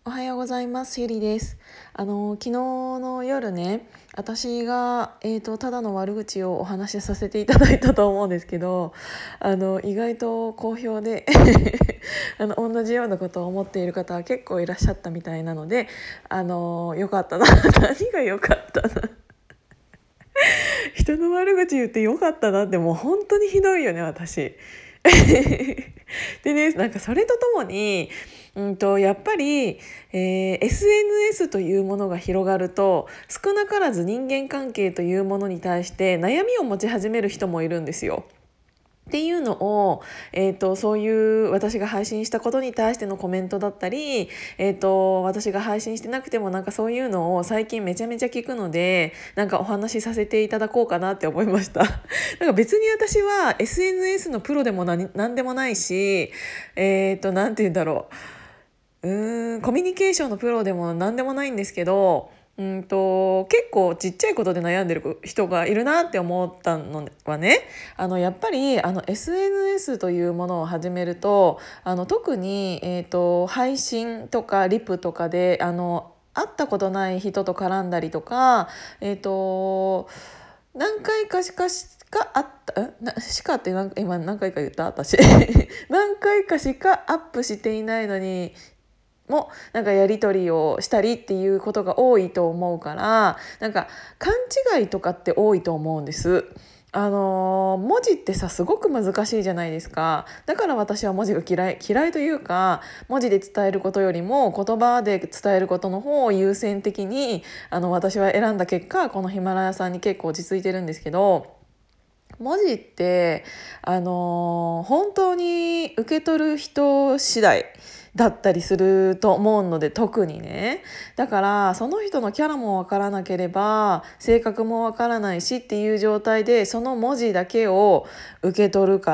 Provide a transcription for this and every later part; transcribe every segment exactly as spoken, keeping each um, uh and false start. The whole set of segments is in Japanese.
おはようございます。ゆりです。あの昨日の夜ね、私が、えーと、ただの悪口をお話しさせていただいたと思うんですけど、あの意外と好評であの同じようなことを思っている方は結構いらっしゃったみたいなので、あのよかったな何がよかったな人の悪口言ってよかったなって、もう本当にひどいよね私でね、なんかそれとともに、うんとやっぱり、えー エスエヌエス というものが広がると、少なからず人間関係というものに対して悩みを持ち始める人もいるんですよ。っていうのを、えーと、そういう私が配信したことに対してのコメントだったり、えーと、私が配信してなくてもなんかそういうのを最近めちゃめちゃ聞くので、なんかお話しさせていただこうかなって思いました。なんか別に私は エスエヌエス のプロでも何何でもないし、えーと、なんて言うんだろう、うーんコミュニケーションのプロでも何でもないんですけど、うんと結構ちっちゃいことで悩んでる人がいるなって思ったのはね、あのやっぱりあの エスエヌエス というものを始めると、あの特に、えーと配信とかリプとかであの会ったことない人と絡んだりとか、えーと何回かしかしかあったんなしかって何今何回か言った私何回かしかアップしていないのにもなんかやり取りをしたりっていうことが多いと思うから、なんか勘違いとかって多いと思うんです。あのー文字ってさすごく難しいじゃないですか。だから私は文字が嫌い嫌いというか、文字で伝えることよりも言葉で伝えることの方を優先的にあの私は選んだ結果、このヒマラヤさんに結構落ち着いてるんですけど、文字ってあのー本当に受け取る人次第だったりすると思うので、特にね。だからその人のキャラもわからなければ性格もわからないしっていう状態でその文字だけを受け取るから、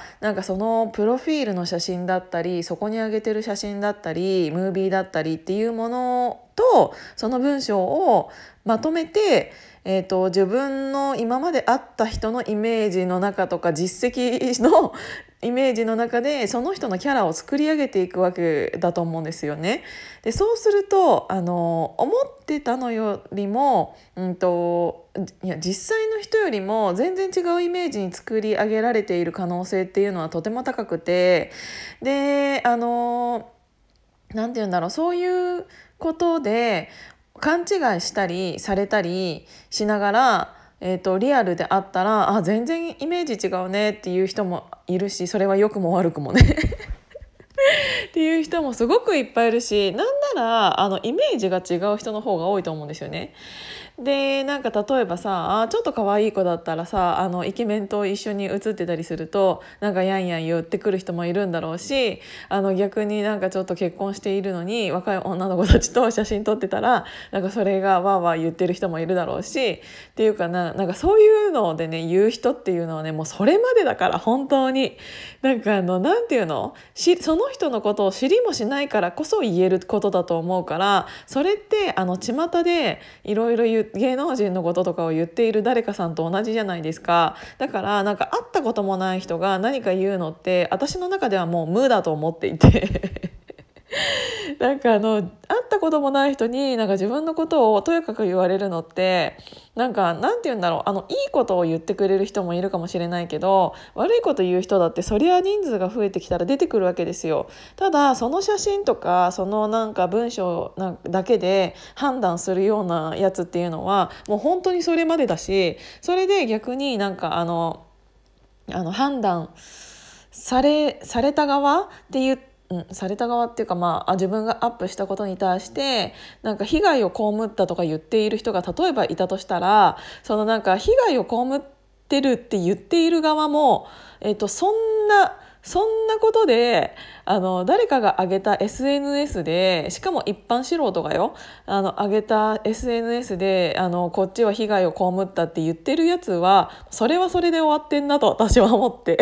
なんかそのプロフィールの写真だったり、そこに上げてる写真だったりムービーだったりっていうものとその文章をまとめて、えーと、自分の今まで会った人のイメージの中とか実績のイメージの中でその人のキャラを作り上げていくわけだと思うんですよね。でそうするとあの思ってたのよりも、うんと、いや実際の人よりも全然違うイメージに作り上げられている可能性っていうのはとても高くて、であのなんて言うんだろう、そういうことで勘違いしたりされたりしながら、えーと、リアルであったらあ全然イメージ違うねっていう人もいるし、それは良くも悪くもねっていう人もすごくいっぱいいるし、なんならあのイメージが違う人の方が多いと思うんですよね。でなんか例えばさ、あちょっと可愛い子だったらさ、あのイケメンと一緒に写ってたりするとなんかやんやん言ってくる人もいるんだろうし、あの逆になんかちょっと結婚しているのに若い女の子たちと写真撮ってたらなんかそれがわーわー言ってる人もいるだろうし、っていうかな、なんかそういうのでね言う人っていうのはね、もうそれまでだから本当になんかあのなんていうのしその人のことを知りもしないからこそ言えることだと思うから、それってあの巷でいろいろ言う芸能人のこととかを言っている誰かさんと同じじゃないですか。だからなんか会ったこともない人が何か言うのって私の中ではもう無だと思っていてなんかあの会ったこともない人になんか自分のことをとやかく言われるのって、なんかなんて言うんだろう、あのいいことを言ってくれる人もいるかもしれないけど、悪いこと言う人だってそりゃ人数が増えてきたら出てくるわけですよ。ただその写真とかそのなんか文章なんだけで判断するようなやつっていうのはもう本当にそれまでだし、それで逆になんかあのあの判断され、された側っていううん、された側っていうか、まあ、自分がアップしたことに対してなんか被害を被ったとか言っている人が例えばいたとしたら、そのなんか被害を被ってるって言っている側も、えっと、そんなそんなことであの誰かが上げた エスエヌエス で、しかも一般素人がよあの上げた エスエヌエス であのこっちは被害を被ったって言ってるやつはそれはそれで終わってんなと私は思って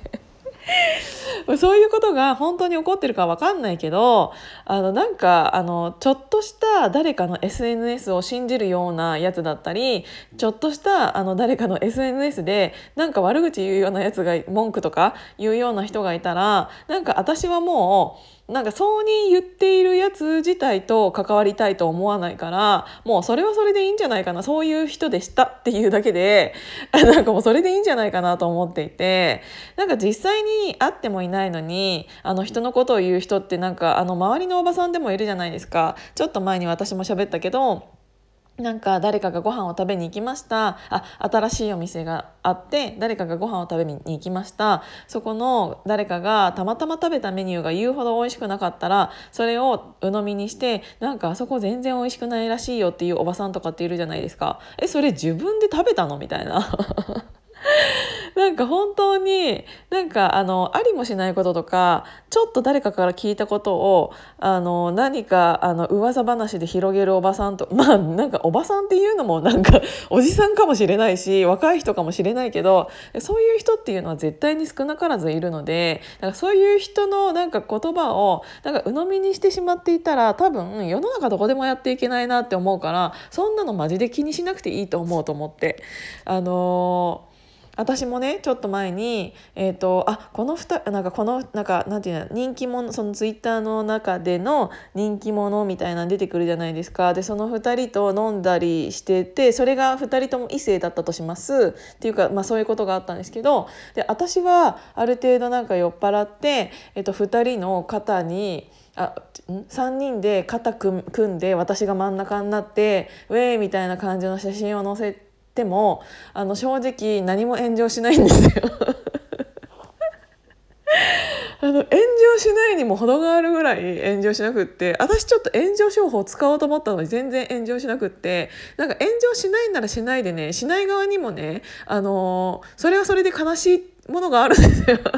そういうことが本当に起こってるか分かんないけど、あのなんかあのちょっとした誰かの エスエヌエス を信じるようなやつだったり、ちょっとしたあの誰かの エスエヌエス でなんか悪口言うようなやつが文句とか言うような人がいたら、なんか私はもなんかそうに言っているやつ自体と関わりたいと思わないから、もうそれはそれでいいんじゃないかな、そういう人でしたっていうだけでなんかもうそれでいいんじゃないかなと思っていて、なんか実際に会ってもいないのにあの人のことを言う人って、なんかあの周りのおばさんでもいるじゃないですか。ちょっと前に私も喋ったけど、なんか誰かがご飯を食べに行きました。あ、新しいお店があって誰かがご飯を食べに行きました。そこの誰かがたまたま食べたメニューが言うほど美味しくなかったら、それを鵜呑みにして、なんかあそこ全然美味しくないらしいよっていうおばさんとかっているじゃないですか。え、それ自分で食べたのみたいななんか本当になんかあのありもしないこととか、ちょっと誰かから聞いたことをあの何かあの噂話で広げるおばさんと、まあなんかおばさんっていうのもなんかおじさんかもしれないし若い人かもしれないけど、そういう人っていうのは絶対に少なからずいるので、だからそういう人のなんか言葉をなんか鵜呑みにしてしまっていたら、多分世の中どこでもやっていけないなって思うから、そんなのマジで気にしなくていいと思うと思って、あのー私もねちょっと前に、えーと、あこのふたなんかこのなんかなんていうの、人気者、そのツイッターの中での人気者みたいなの出てくるじゃないですか。でそのふたりと飲んだりしてて、それがふたりとも異性だったとしますっていうか、まあ、そういうことがあったんですけど、で私はある程度なんか酔っ払って、えーと、ふたりの肩にあさんにんで肩組んで私が真ん中になってウェーみたいな感じの写真を載せてでもあの正直何も炎上しないんですよあの炎上しないにも程があるぐらい炎上しなくって、私ちょっと炎上商法を使おうと思ったのに全然炎上しなくって、なんか炎上しないならしないでね、しない側にもね、あのー、それはそれで悲しいものがあるんですよだ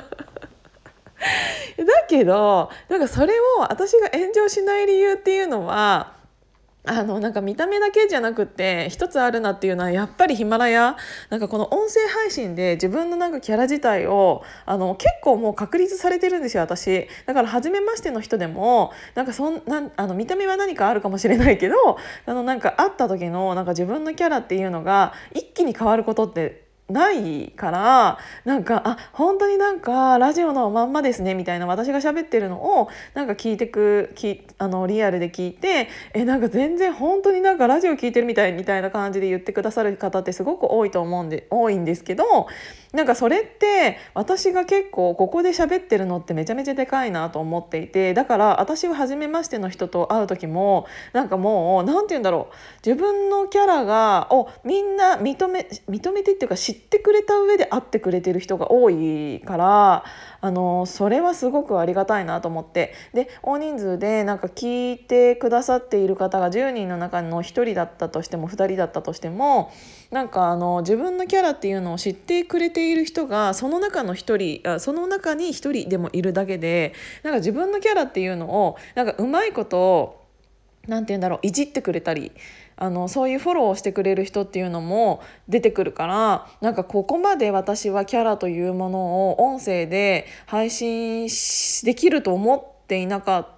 けどなんかそれを私が炎上しない理由っていうのは、あのなんか見た目だけじゃなくて一つあるなっていうのは、やっぱりヒマラヤ、なんかこの音声配信で自分のなんかキャラ自体をあの結構もう確立されてるんですよ私。だから初めましての人でもなんかそんなんあの見た目は何かあるかもしれないけど、あのなんか会った時のなんか自分のキャラっていうのが一気に変わることってないから、なんかあ本当になんかラジオのまんまですねみたいな、私が喋ってるのをなんか聞いてくきあのリアルで聞いて、えなんか全然本当になんかラジオ聞いてるみたいみたいな感じで言ってくださる方ってすごく多いと思うんで多いんですけど、なんかそれって私が結構ここで喋ってるのってめちゃめちゃでかいなと思っていて、だから私は初めましての人と会う時もなんかもうなんて言うんだろう、自分のキャラがをみんな認め認めてっていうか知ってくれた上で会ってくれてる人が多いから、あのそれはすごくありがたいなと思って、で大人数でなんか聞いてくださっている方がじゅうにんの中のひとりだったとしてもふたりだったとしても、なんかあの自分のキャラっていうのを知ってくれている人がその中のひとり、あその中にひとりでもいるだけで、なんか自分のキャラっていうのをなんかうまいことなんて言うんだろう、いじってくれたり、あのそういうフォローをしてくれる人っていうのも出てくるから、なんかここまで私はキャラというものを音声で配信できると思っていなかった。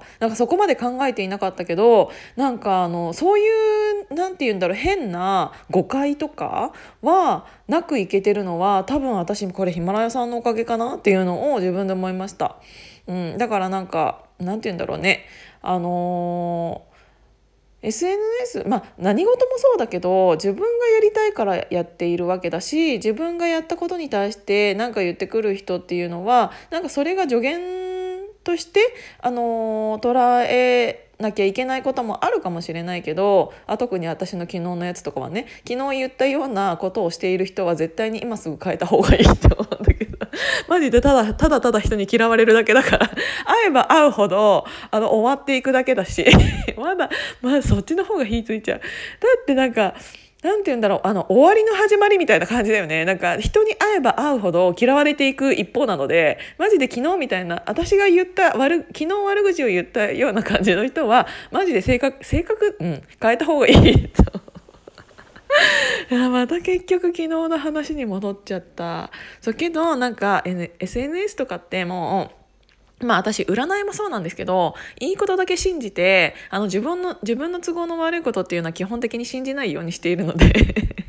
なんかそこまで考えていなかったけど、なんかあのそういうなんて言うんだろう、変な誤解とかはなくいけてるのは多分私これヒマラヤさんのおかげかなっていうのを自分で思いました。うん、だからなんかなんて言うんだろうね、あのー エスエヌエス、まあ何事もそうだけど自分がやりたいからやっているわけだし、自分がやったことに対して何か言ってくる人っていうのはなんかそれが助言として、あのー捉えなきゃいけないこともあるかもしれないけど、あ特に私の昨日のやつとかはね、昨日言ったようなことをしている人は絶対に今すぐ変えた方がいいと思うんだけどマジでただただただ人に嫌われるだけだから会えば会うほどあの終わっていくだけだしまだまだそっちの方が火ついちゃう。だってなんかなんて言うんだろう、あの終わりの始まりみたいな感じだよね。なんか人に会えば会うほど嫌われていく一方なので、マジで昨日みたいな私が言った悪昨日悪口を言ったような感じの人はマジで性格性格うん変えた方がいいといやまた結局昨日の話に戻っちゃった。そうけどなんか N- エスエヌエス とかってもうまあ私占いもそうなんですけど、いいことだけ信じてあの自分の自分の都合の悪いことっていうのは基本的に信じないようにしているので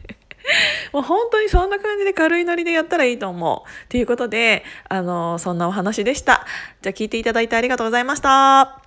もう本当にそんな感じで軽いノリでやったらいいと思う。ということで、あの、そんなお話でした。じゃあ聞いていただいてありがとうございました。